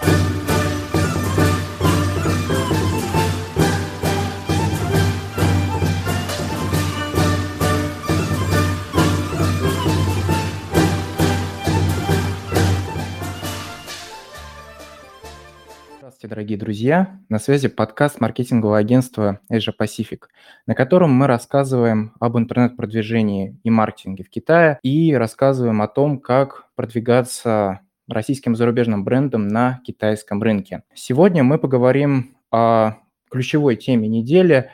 Здравствуйте, дорогие друзья! На связи подкаст маркетингового агентства Asia Pacific, на котором мы рассказываем об интернет-продвижении и маркетинге в Китае и рассказываем о том, как продвигаться российским зарубежным брендом на китайском рынке. Сегодня мы поговорим о ключевой теме недели.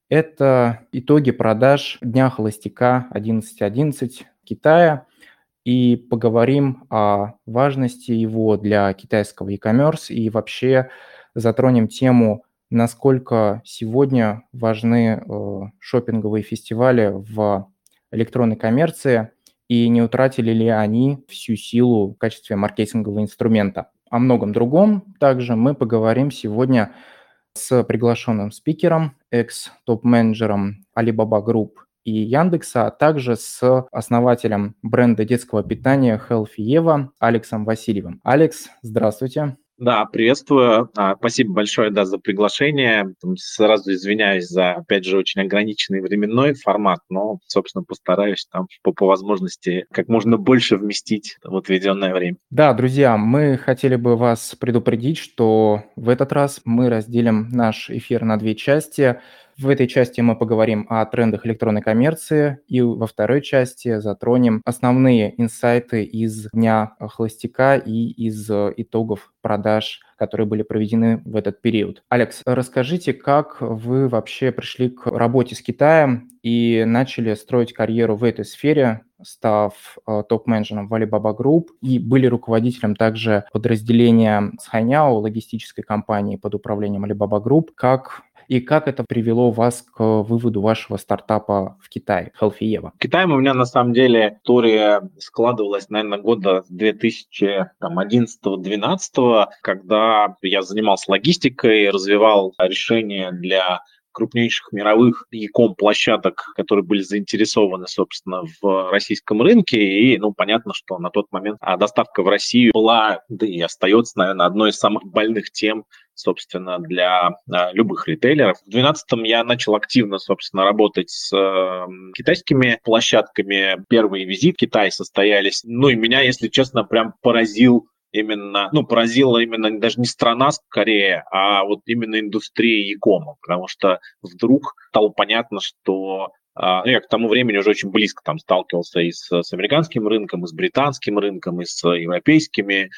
Это итоги продаж Дня холостяка 11.11 Китая. И поговорим о важности его для китайского e-commerce и вообще затронем тему, насколько сегодня важны шопинговые фестивали в электронной коммерции и не утратили ли они всю силу в качестве маркетингового инструмента. О многом другом также мы поговорим сегодня с приглашенным спикером, экс-топ-менеджером Alibaba Group и Яндекса, а также с основателем бренда детского питания Healthy Eva Алексом Васильевым. Алекс, здравствуйте. Да, приветствую. Спасибо большое, за приглашение. Сразу извиняюсь за, опять же, очень ограниченный временной формат, но, собственно, постараюсь по возможности как можно больше вместить в отведенное время. Да, друзья, мы хотели бы вас предупредить, что в этот раз мы разделим наш эфир на две части. В этой части мы поговорим о трендах электронной коммерции, и во второй части затронем основные инсайты из Дня холостяка и из итогов продаж, которые были проведены в этот период. Алекс, расскажите, как вы вообще пришли к работе с Китаем и начали строить карьеру в этой сфере, став топ-менеджером в Alibaba Group и были руководителем также подразделения Cainiao, логистической компании под управлением Alibaba Group. Как это привело вас к выводу вашего стартапа в Китае, Healthy Eva? В Китае у меня, на самом деле, история складывалась, наверное, года 2011-2012, когда я занимался логистикой, развивал решения для крупнейших мировых e-com площадок, которые были заинтересованы, собственно, в российском рынке. И, понятно, что на тот момент доставка в Россию была, да и остается, наверное, одной из самых больных тем, собственно, для любых ритейлеров. В 2012-м я начал активно, собственно, работать с китайскими площадками. Первые визиты в Китай состоялись. И меня, если честно, прям поразила именно даже не страна скорее, а вот именно индустрия e-com, потому что вдруг стало понятно, что я к тому времени уже очень близко сталкивался и с американским рынком, и с британским рынком, и с европейскими.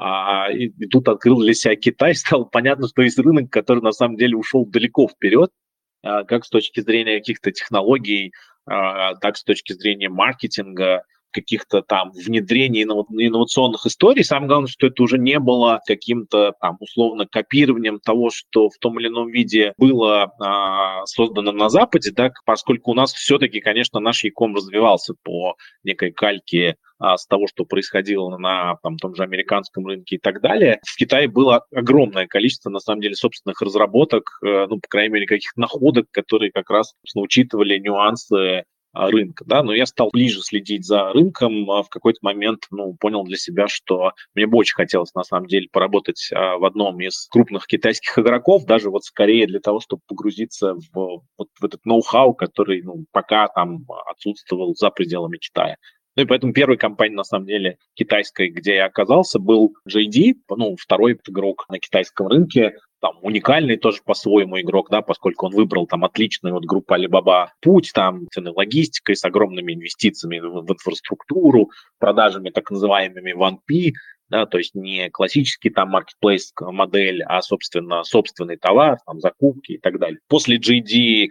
И тут открыл для себя Китай, стало понятно, что есть рынок, который на самом деле ушел далеко вперед, как с точки зрения каких-то технологий, так с точки зрения маркетинга, каких-то внедрений инновационных историй. Самое главное, что это уже не было каким-то условно копированием того, что в том или ином виде было создано на Западе, поскольку у нас все-таки, конечно, наш e-com развивался по некой кальке с того, что происходило на том же американском рынке и так далее. В Китае было огромное количество, на самом деле, собственных разработок, по крайней мере, каких-то находок, которые как раз учитывали нюансы рынка, но я стал ближе следить за рынком, в какой-то момент, понял для себя, что мне бы очень хотелось, на самом деле, поработать в одном из крупных китайских игроков, даже скорее для того, чтобы погрузиться в этот ноу-хау, который, пока отсутствовал за пределами Китая. И поэтому первой компанией, на самом деле, китайской, где я оказался, был JD, второй игрок на китайском рынке, уникальный тоже по-своему игрок, поскольку он выбрал отличную группу Alibaba путь, ценной логистикой, с огромными инвестициями в инфраструктуру, продажами так называемыми 1P, то есть не классический marketplace модель, а, собственно, собственный товар, закупки и так далее. После JD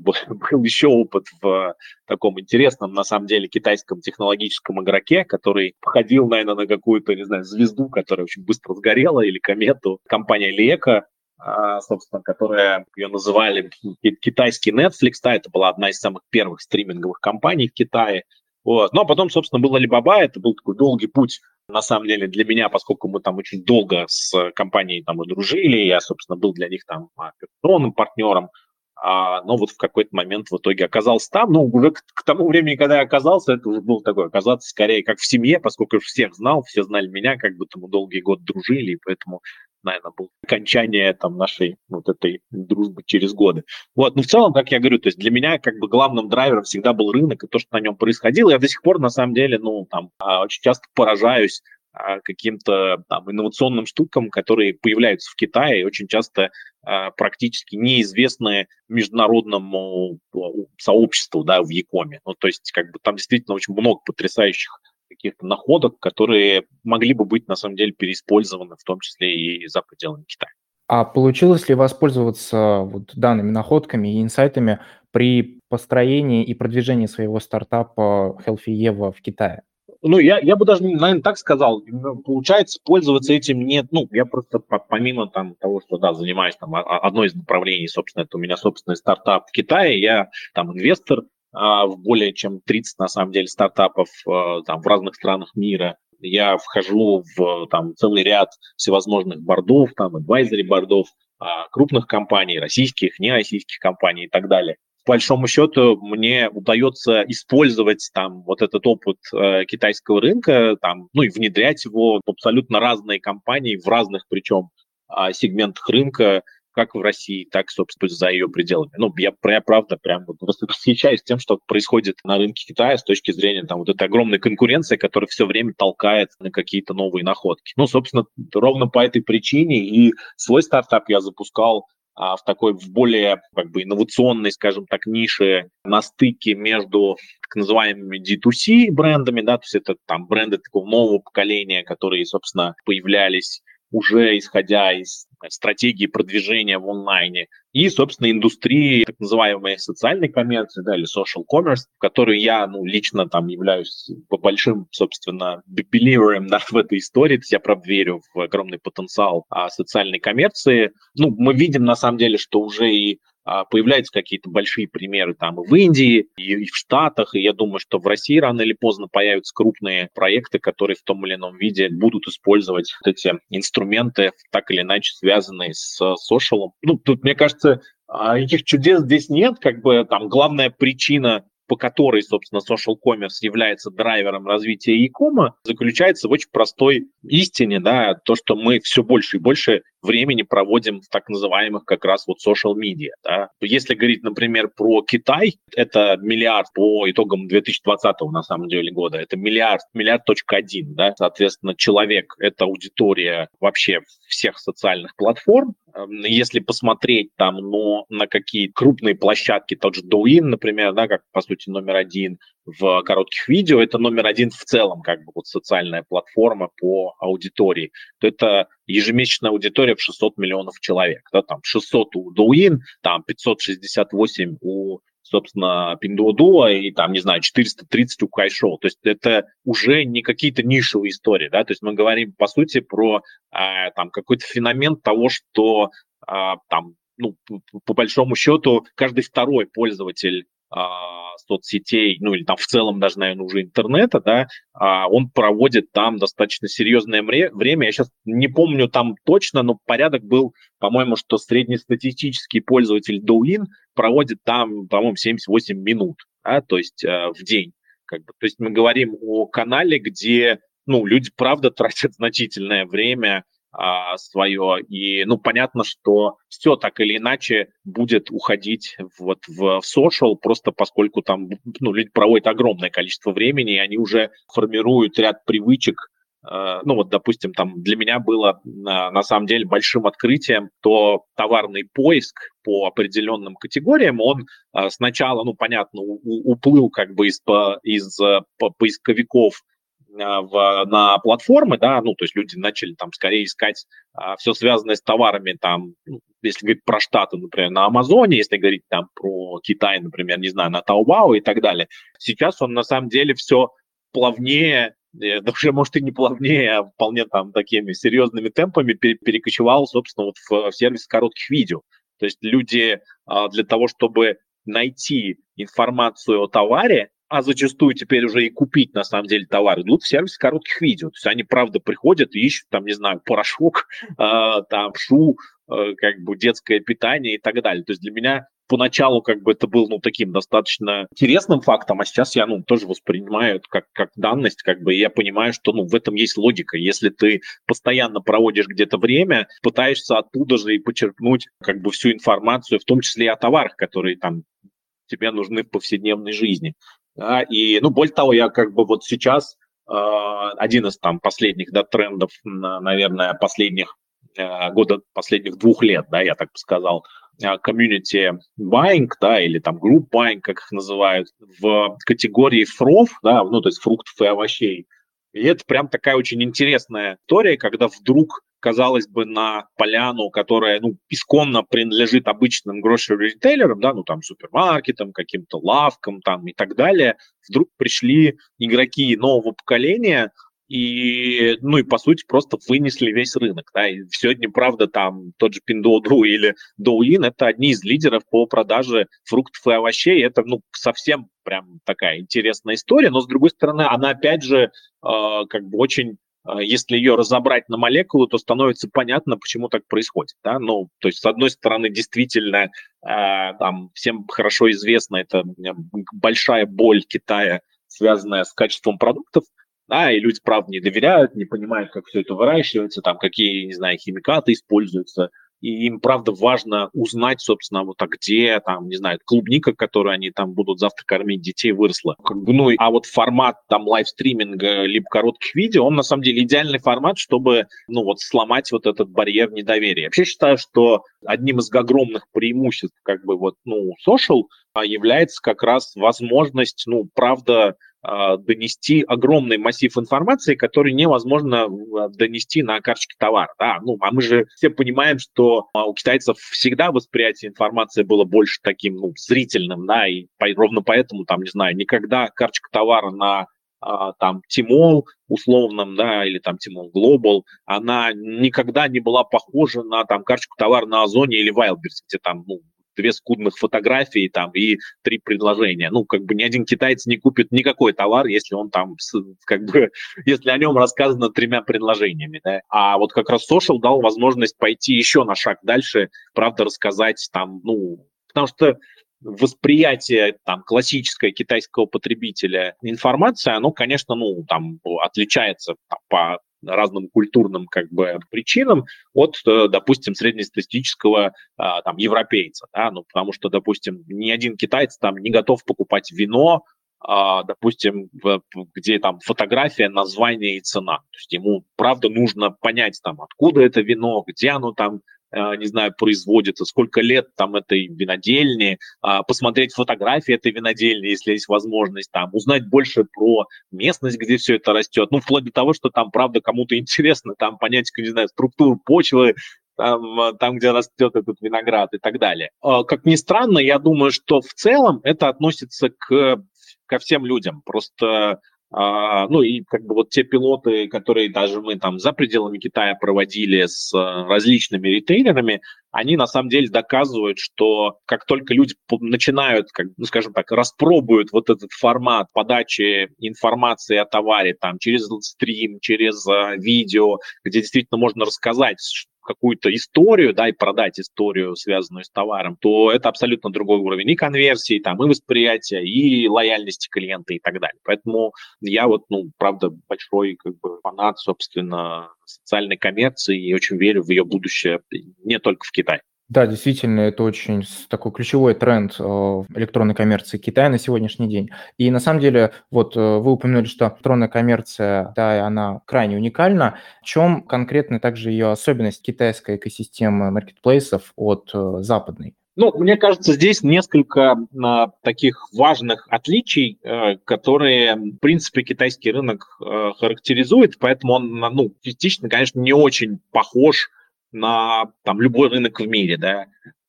был еще опыт в таком интересном, на самом деле, китайском технологическом игроке, который походил, наверное, на какую-то, не знаю, звезду, которая очень быстро сгорела, или комету. Компания Лека, собственно, которая ее называли китайский Netflix, это была одна из самых первых стриминговых компаний в Китае. Ну, а потом, собственно, был Alibaba, это был такой долгий путь, на самом деле, для меня, поскольку мы очень долго с компанией дружили, я, собственно, был для них операционным партнером, но в какой-то момент в итоге оказался там. Уже к тому времени, когда я оказался, это уже было такое, оказаться скорее как в семье, поскольку я всех знал, все знали меня, мы долгие годы дружили, и поэтому наверное, было окончание там нашей вот этой дружбы через годы. Вот, ну в целом, как я говорю, то есть для меня как бы главным драйвером всегда был рынок и то, что на нем происходило. Я до сих пор, на самом деле, ну там очень часто поражаюсь каким-то там инновационным штукам, которые появляются в Китае и очень часто практически неизвестны международному сообществу, да, в Якоме. Ну, то есть, как бы там действительно очень много потрясающих каких-то находок, которые могли бы быть, на самом деле, переиспользованы, в том числе и за пределами Китая. А получилось ли воспользоваться вот данными находками и инсайтами при построении и продвижении своего стартапа Healthy Evo в Китае? Ну, я бы даже, наверное, так сказал. Получается, пользоваться этим нет. Ну, я просто помимо там того, что, да, занимаюсь там одно из направлений, собственно, это у меня собственный стартап в Китае. Я там инвестор в более чем 30, на самом деле, стартапов там в разных странах мира. Я вхожу в там целый ряд всевозможных бордов, там, advisory бордов крупных компаний, российских, нероссийских компаний и так далее. По большому счету мне удается использовать там вот этот опыт китайского рынка, там, ну и внедрять его в абсолютно разные компании, в разных причем сегментах рынка, как в России, так, собственно, за ее пределами. Ну, я правда, прям вот восхищаюсь тем, что происходит на рынке Китая с точки зрения там вот этой огромной конкуренции, которая все время толкает на какие-то новые находки. Ну, собственно, ровно по этой причине и свой стартап я запускал в такой, в более как бы инновационной, скажем так, нише на стыке между так называемыми D2C брендами, да, то есть это там бренды такого нового поколения, которые, собственно, появлялись уже исходя из стратегии продвижения в онлайне, и, собственно, индустрии так называемой социальной коммерции, да, или social commerce, в которой я, ну, лично там являюсь большим, собственно, беливером, да, в этой истории, то есть я, правда, верю в огромный потенциал социальной коммерции. Ну, мы видим, на самом деле, что уже и появляются какие-то большие примеры там и в Индии, и в Штатах, и я думаю, что в России рано или поздно появятся крупные проекты, которые в том или ином виде будут использовать вот эти инструменты, так или иначе связанные с социалом. Ну, тут, мне кажется, никаких чудес здесь нет, как бы там главная причина, по которой, собственно, social commerce является драйвером развития e-кома, заключается в очень простой истине, да, то, что мы все больше и больше времени проводим в так называемых как раз вот social media. Да. Если говорить, например, про Китай, это миллиард по итогам 2020 на самом деле года, это миллиард.1, да, соответственно, человек — это аудитория вообще всех социальных платформ. Если посмотреть там, но на какие крупные площадки, тот же Douyin, например, да, как, по сути, номер один в коротких видео, это номер один в целом, как бы вот социальная платформа по аудитории, то это ежемесячная аудитория в 600 миллионов человек. Да, там 600 у Douyin, там 568 у, собственно, Pinduoduo и там, не знаю, 430 у Kuaishou. То есть это уже не какие-то нишевые истории, да, то есть мы говорим, по сути, про там какой-то феномен того, что там, ну, по большому счету, каждый второй пользователь соцсетей, ну или там в целом даже, наверное, уже интернета, да, он проводит там достаточно серьезное время. Я сейчас не помню там точно, но порядок был, по-моему, что среднестатистический пользователь Douyin проводит там, по-моему, 78 минут, да, то есть в день. Как бы. То есть мы говорим о канале, где, ну, люди, правда, тратят значительное время свое. И, ну, понятно, что все так или иначе будет уходить вот в social, просто поскольку там, ну, люди проводят огромное количество времени, и они уже формируют ряд привычек. Ну, вот, допустим, там для меня было на самом деле большим открытием то товарный поиск по определенным категориям, он сначала, ну, понятно, уплыл как бы из поисковиков на платформы, да, ну, то есть люди начали там скорее искать все связанное с товарами, там, ну, если говорить про Штаты, например, на Амазоне, если говорить там про Китай, например, не знаю, на Taobao и так далее. Сейчас он на самом деле все плавнее, даже, может, и не плавнее, а вполне там такими серьезными темпами перекочевал, собственно, вот в сервис коротких видео. То есть люди для того, чтобы найти информацию о товаре, а зачастую теперь уже и купить, на самом деле, товар, идут в сервис коротких видео. То есть они, правда, приходят и ищут, там, не знаю, порошок, там, шу, как бы детское питание и так далее. То есть для меня поначалу как бы это был, таким достаточно интересным фактом, а сейчас я, тоже воспринимаю это как данность, как бы, и я понимаю, что, в этом есть логика. Если ты постоянно проводишь где-то время, пытаешься оттуда же и почерпнуть как бы всю информацию, в том числе и о товарах, которые там тебе нужны в повседневной жизни. Да, и, более того, я как бы вот сейчас один из там последних, да, трендов, наверное, последних 2 лет, да, я так бы сказал, community buying, да, или там group buying, как их называют, в категории фров, да, то есть фруктов и овощей. И это прям такая очень интересная история, когда вдруг, казалось бы, на поляну, которая, исконно принадлежит обычным grocery-ритейлерам, да, там, супермаркетам, каким-то лавкам, там, и так далее, вдруг пришли игроки нового поколения, и, по сути, просто вынесли весь рынок, да, и сегодня, правда, там, тот же Pinduoduo или Douyin — это одни из лидеров по продаже фруктов и овощей, это, совсем прям такая интересная история, но, с другой стороны, она, опять же, как бы очень, если ее разобрать на молекулы, то становится понятно, почему так происходит, да, то есть, с одной стороны, действительно, там, всем хорошо известно, это большая боль Китая, связанная с качеством продуктов, да, и люди, правда, не доверяют, не понимают, как все это выращивается, там, какие, не знаю, химикаты используются, и им, правда, важно узнать, собственно, вот, где, там, не знаю, клубника, которую они там будут завтра кормить детей, выросла. Как бы, а вот формат там лайвстриминга либо коротких видео, он, на самом деле, идеальный формат, чтобы, сломать вот этот барьер недоверия. Я вообще считаю, что одним из огромных преимуществ, как бы, social является как раз возможность, правда, донести огромный массив информации, который невозможно донести на карточке товара. Да? А мы же все понимаем, что у китайцев всегда восприятие информации было больше таким зрительным, да, и ровно поэтому, там, не знаю, никогда карточка товара на там Tmall условном, да, или там Tmall Global, она никогда не была похожа на там карточку товара на Озоне или Wildberries, где там, 2 скудных фотографии там и 3 предложения. Как бы ни один китаец не купит никакой товар, если он там, как бы, если о нем рассказано 3 предложениями, да. А вот как раз social дал возможность пойти еще на шаг дальше, правда, рассказать там, потому что восприятие там классическое китайского потребителя информации, оно, конечно, там отличается там, по разным культурным как бы причинам от, допустим, среднестатистического там европейца, да, потому что, допустим, ни один китаец там не готов покупать вино, допустим, где там фотография, название и цена. То есть ему, правда, нужно понять там, откуда это вино, где оно там, не знаю, производится, сколько лет там этой винодельни, посмотреть фотографии этой винодельни, если есть возможность, там, узнать больше про местность, где все это растет, вплоть до того, что там, правда, кому-то интересно, там, понять, не знаю, структуру почвы, там, где растет этот виноград и так далее. Как ни странно, я думаю, что в целом это относится ко всем людям, просто и как бы вот те пилоты, которые даже мы там за пределами Китая проводили с различными ритейлерами, они на самом деле доказывают, что как только люди начинают, скажем так, распробуют вот этот формат подачи информации о товаре там через стрим, через видео, где действительно можно рассказать какую-то историю, да, и продать историю, связанную с товаром, то это абсолютно другой уровень и конверсии, там, и восприятия, и лояльности клиента и так далее. Поэтому я правда, большой как бы фанат, собственно, социальной коммерции и очень верю в ее будущее не только в Китае. Да, действительно, это очень такой ключевой тренд электронной коммерции Китая на сегодняшний день. И на самом деле, вот вы упомянули, что электронная коммерция, да, она крайне уникальна. В чем конкретно также ее особенность китайской экосистемы маркетплейсов от западной? Мне кажется, здесь несколько таких важных отличий, которые, в принципе, китайский рынок характеризует, поэтому он, частично, конечно, не очень похож на там любой рынок в мире, да.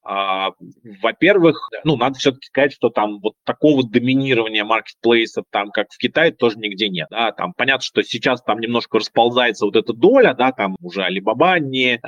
Во-первых, надо все-таки сказать, что там вот такого доминирования маркетплейсов, там, как в Китае, тоже нигде нет, да, там понятно, что сейчас там немножко расползается вот эта доля, да, там уже Alibaba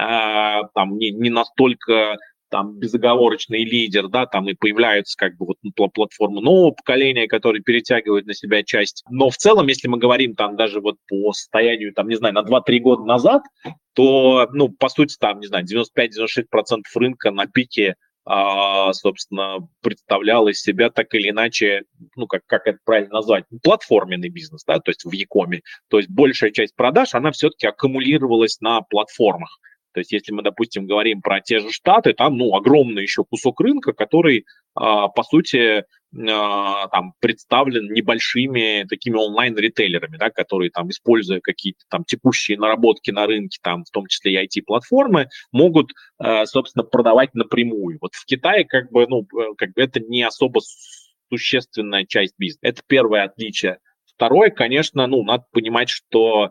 не настолько там безоговорочный лидер, да, там и появляются как бы вот платформы нового поколения, которые перетягивают на себя часть. Но в целом, если мы говорим там даже вот по состоянию, там, не знаю, на 2-3 года назад, то, по сути, там, не знаю, 95-96% рынка на пике собственно, представлял из себя так или иначе, ну, как это правильно назвать, платформенный бизнес, да, то есть в Якоме. То есть большая часть продаж, она все-таки аккумулировалась на платформах. То есть если мы, допустим, говорим про те же Штаты, там, ну, огромный еще кусок рынка, который, по сути, там представлен небольшими такими онлайн-ритейлерами, да, которые там, используя какие-то там текущие наработки на рынке, там, в том числе и IT-платформы, могут, собственно, продавать напрямую. Вот в Китае как бы, ну, как бы это не особо существенная часть бизнеса. Это первое отличие. Второе, конечно, ну, надо понимать, что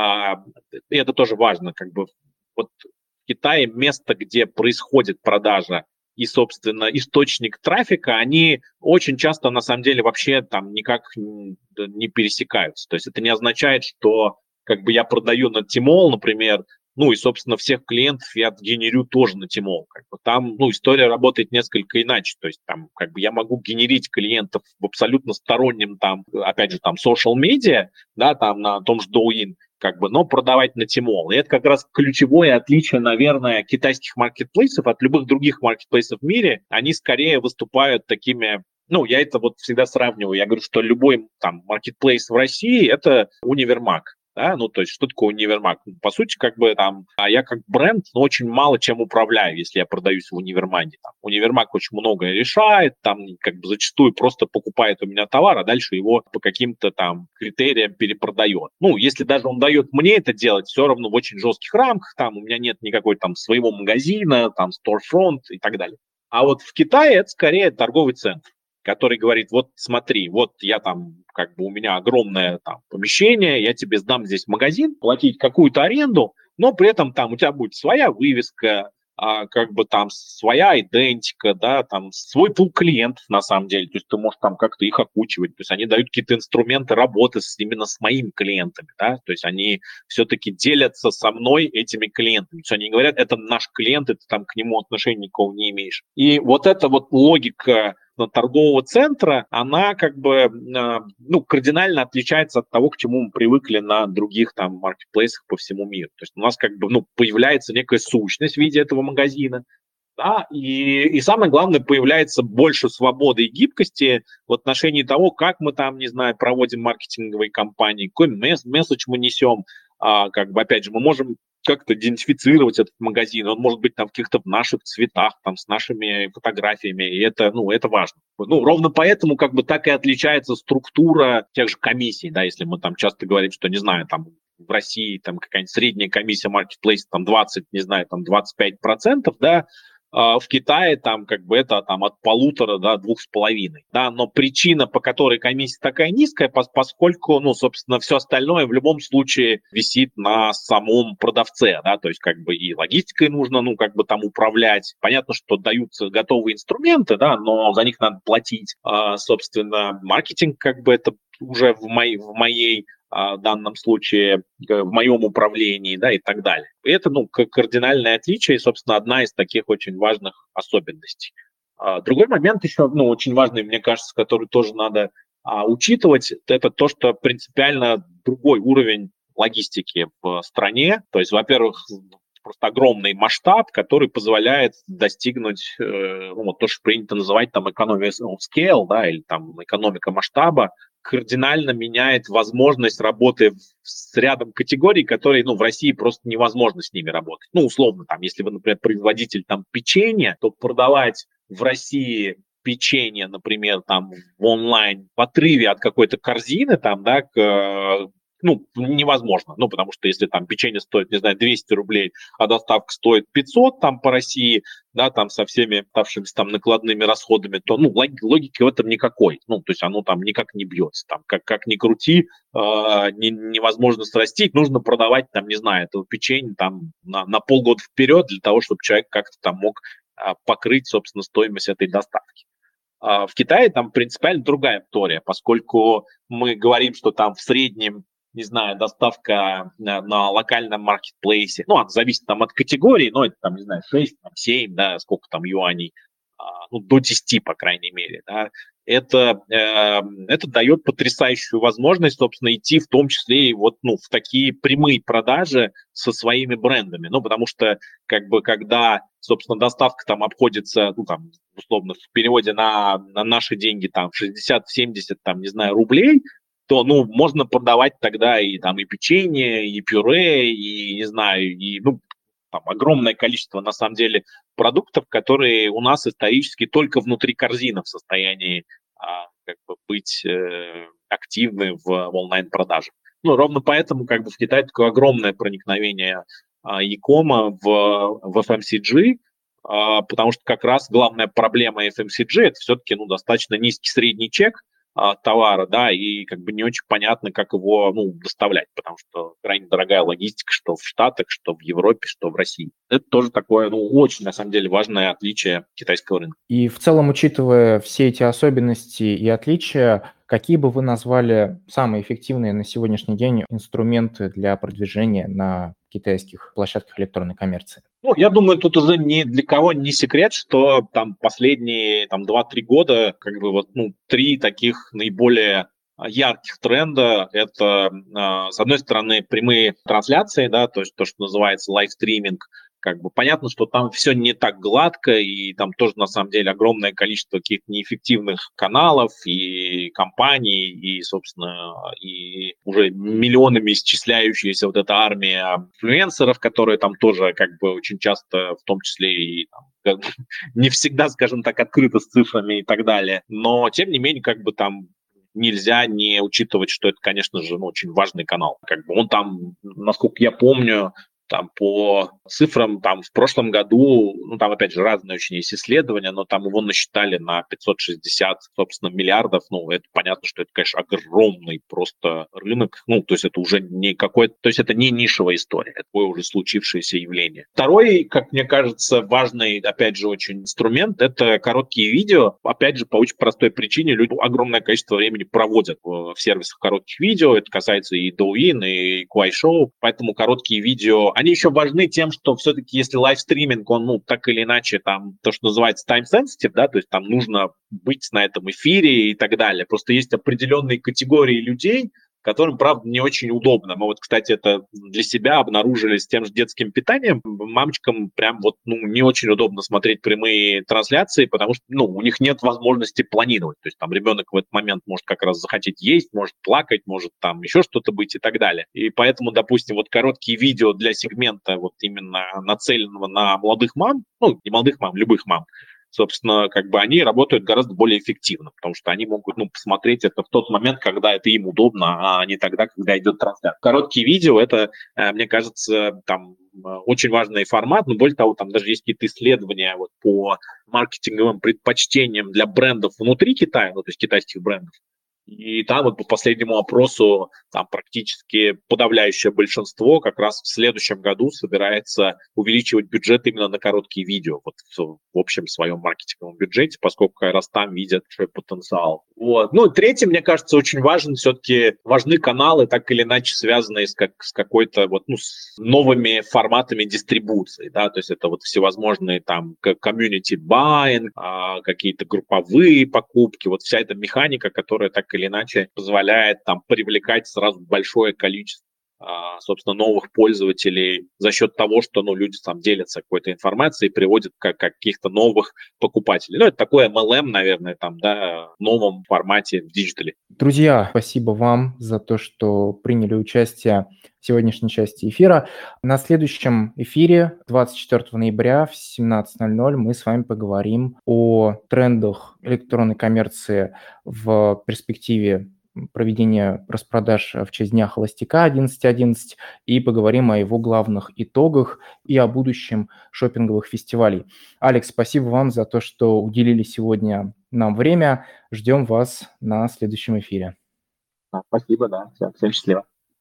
это тоже важно, как бы вот в Китае место, где происходит продажа и, собственно, источник трафика, они очень часто, на самом деле, вообще там никак не пересекаются. То есть это не означает, что как бы я продаю на Tmall, например, ну и, собственно, всех клиентов я генерю тоже на Tmall. Как бы там, ну, история работает несколько иначе. То есть там, как бы я могу генерить клиентов в абсолютно стороннем, там, опять же, там, social media, да, там на том же Douyin, как бы, но продавать на Tmall. И это как раз ключевое отличие, наверное, китайских маркетплейсов от любых других маркетплейсов в мире. Они скорее выступают такими, ну, я это вот всегда сравниваю. Я говорю, что любой там маркетплейс в России – это универмаг. Да, ну, то есть, что такое универмаг? По сути, как бы там, я как бренд, но очень мало чем управляю, если я продаюсь в универмаге. Там, универмаг очень многое решает, там, как бы зачастую просто покупает у меня товар, а дальше его по каким-то там критериям перепродает. Ну, если даже он дает мне это делать, все равно в очень жестких рамках, там, у меня нет никакой там своего магазина, там, storefront и так далее. А вот в Китае это скорее торговый центр, который говорит, вот смотри, вот я там, как бы у меня огромное там помещение, я тебе сдам здесь магазин, платить какую-то аренду, но при этом там у тебя будет своя вывеска, как бы там своя идентика, да, там свой пул клиентов на самом деле, то есть ты можешь там как-то их окучивать, то есть они дают какие-то инструменты работы именно с моими клиентами, да, то есть они все-таки делятся со мной этими клиентами, то есть они говорят, это наш клиент, ты там к нему отношения никакого не имеешь. И вот эта вот логика торгового центра, она как бы, ну, кардинально отличается от того, к чему мы привыкли на других там маркетплейсах по всему миру. То есть у нас как бы, ну, появляется некая сущность в виде этого магазина, да, и самое главное, появляется больше свободы и гибкости в отношении того, как мы там, не знаю, проводим маркетинговые кампании, какой месседж мы несем, как бы, опять же, мы можем как-то идентифицировать этот магазин, он может быть там в каких-то наших цветах, там, с нашими фотографиями, и это, ну, это важно. Ну, ровно поэтому, как бы, так и отличается структура тех же комиссий, да, если мы там часто говорим, что, не знаю, там, в России там какая-нибудь средняя комиссия маркетплейса там 20, не знаю, там 25%, да, в Китае там как бы это там от 1,5 до 2,5, да, но причина, по которой комиссия такая низкая, поскольку, ну, собственно, все остальное в любом случае висит на самом продавце, да, то есть как бы и логистикой нужно, ну, как бы там управлять. Понятно, что даются готовые инструменты, да, но за них надо платить. Собственно, маркетинг как бы это уже в моей в данном случае в моем управлении, да, и так далее. И это, ну, кардинальное отличие, и, собственно, одна из таких очень важных особенностей. Другой момент еще, ну, очень важный, мне кажется, который тоже надо учитывать, это то, что принципиально другой уровень логистики в стране. То есть, во-первых, просто огромный масштаб, который позволяет достигнуть, ну, вот то, что принято называть там economy of scale, да, или там экономика масштаба, кардинально меняет возможность работы с рядом категорий, которые, ну, в России просто невозможно с ними работать. Ну, условно, там, если вы, например, производитель там печенья, то продавать в России печенье, например, там в онлайн в отрыве от какой-то корзины, там, да, ну, невозможно. Ну, потому что если там печенье стоит, не знаю, 200 рублей, а доставка стоит 500 там по России, да, там со всеми оставшимися там накладными расходами, то, ну, логики в этом никакой. Ну, то есть оно там никак не бьется. Там, как ни крути, невозможно срастить. Нужно продавать, там, не знаю, этого печенья там на полгода вперед для того, чтобы человек как-то там мог покрыть, собственно, стоимость этой доставки. В Китае там принципиально другая история, поскольку мы говорим, что там в среднем, не знаю, доставка на локальном маркетплейсе, ну, это зависит там от категории, но это там, не знаю, 6, там, 7, да, сколько там юаней, ну, до 10, по крайней мере, да, это дает потрясающую возможность, собственно, идти в том числе и вот, в такие прямые продажи со своими брендами. Потому что, когда, собственно, доставка там обходится, условно, в переводе на наши деньги там 60-70, там, не знаю, рублей, то, можно продавать тогда и печенье, и пюре, и, не знаю, и, там огромное количество, на самом деле, продуктов, которые у нас исторически только внутри корзины в состоянии быть активны в онлайн-продажах. Ровно поэтому в Китае такое огромное проникновение e-кома в FMCG, потому что как раз главная проблема FMCG – это все-таки достаточно низкий средний чек товара, да, и не очень понятно, как его доставлять, потому что крайне дорогая логистика, что в Штатах, что в Европе, что в России. Это тоже такое, очень, на самом деле, важное отличие китайского рынка. И в целом, учитывая все эти особенности и отличия, какие бы вы назвали самые эффективные на сегодняшний день инструменты для продвижения на китайских площадках электронной коммерции? Я думаю, тут уже ни для кого не секрет, что последние 2-3 года три таких наиболее ярких тренда. Это, с одной стороны, прямые трансляции, да, то есть то, что называется лайвстриминг. Понятно, что там все не так гладко, и там тоже, на самом деле, огромное количество каких-то неэффективных каналов и компаний, и, собственно, и уже миллионами исчисляющаяся вот эта армия инфлюенсеров, которые там тоже очень часто, в том числе и не всегда, скажем так, открыто с цифрами и так далее. Но, тем не менее, там нельзя не учитывать, что это, конечно же, очень важный канал. Он там, насколько я помню, по цифрам, в прошлом году, там, опять же, разные очень есть исследования, но там его насчитали на 560, собственно, миллиардов. Это понятно, что это, конечно, огромный просто рынок. То есть это уже не какой-то, то есть это не нишевая история, это такое уже случившееся явление. Второй, как мне кажется, важный, опять же, очень инструмент, это короткие видео. Опять же, по очень простой причине люди огромное количество времени проводят в сервисах коротких видео. Это касается и Douyin, и Kuaishou. Поэтому короткие видео, они еще важны тем, что все-таки если лайвстриминг, он, так или иначе, то, что называется time-sensitive, да, то есть там нужно быть на этом эфире и так далее. Просто есть определенные категории людей, которым, правда, не очень удобно. Мы кстати, это для себя обнаружили с тем же детским питанием. Мамочкам прям не очень удобно смотреть прямые трансляции, потому что, у них нет возможности планировать. То есть там ребенок в этот момент может как раз захотеть есть, может плакать, может там еще что-то быть и так далее. И поэтому, допустим, короткие видео для сегмента именно нацеленного на молодых мам, не молодых мам, любых мам, собственно, они работают гораздо более эффективно, потому что они могут, посмотреть это в тот момент, когда это им удобно, а не тогда, когда идет трансляция. Короткие видео – это, мне кажется, очень важный формат, но более того, там даже есть какие-то исследования по маркетинговым предпочтениям для брендов внутри Китая, то есть китайских брендов. И там по последнему опросу практически подавляющее большинство как раз в следующем году собирается увеличивать бюджет именно на короткие видео в общем своем маркетинговом бюджете, поскольку как раз там видят потенциал. Третье, мне кажется, очень все-таки важны каналы, так или иначе связанные с какой-то с новыми форматами дистрибуции, да, то есть это всевозможные community buying, какие-то групповые покупки, вся эта механика, которая так или иначе позволяет привлекать сразу большое количество, собственно, новых пользователей за счет того, что люди делятся какой-то информацией и приводят каких-то новых покупателей. Это такой MLM, наверное, в новом формате в диджитале. Друзья, спасибо вам за то, что приняли участие в сегодняшней части эфира. На следующем эфире 24 ноября в 17:00 мы с вами поговорим о трендах электронной коммерции в перспективе проведения распродаж в честь Дня Холостяка 11.11 и поговорим о его главных итогах и о будущем шопинговых фестивалей. Алекс, спасибо вам за то, что уделили сегодня нам время. Ждем вас на следующем эфире. Спасибо, да. Всем счастливо.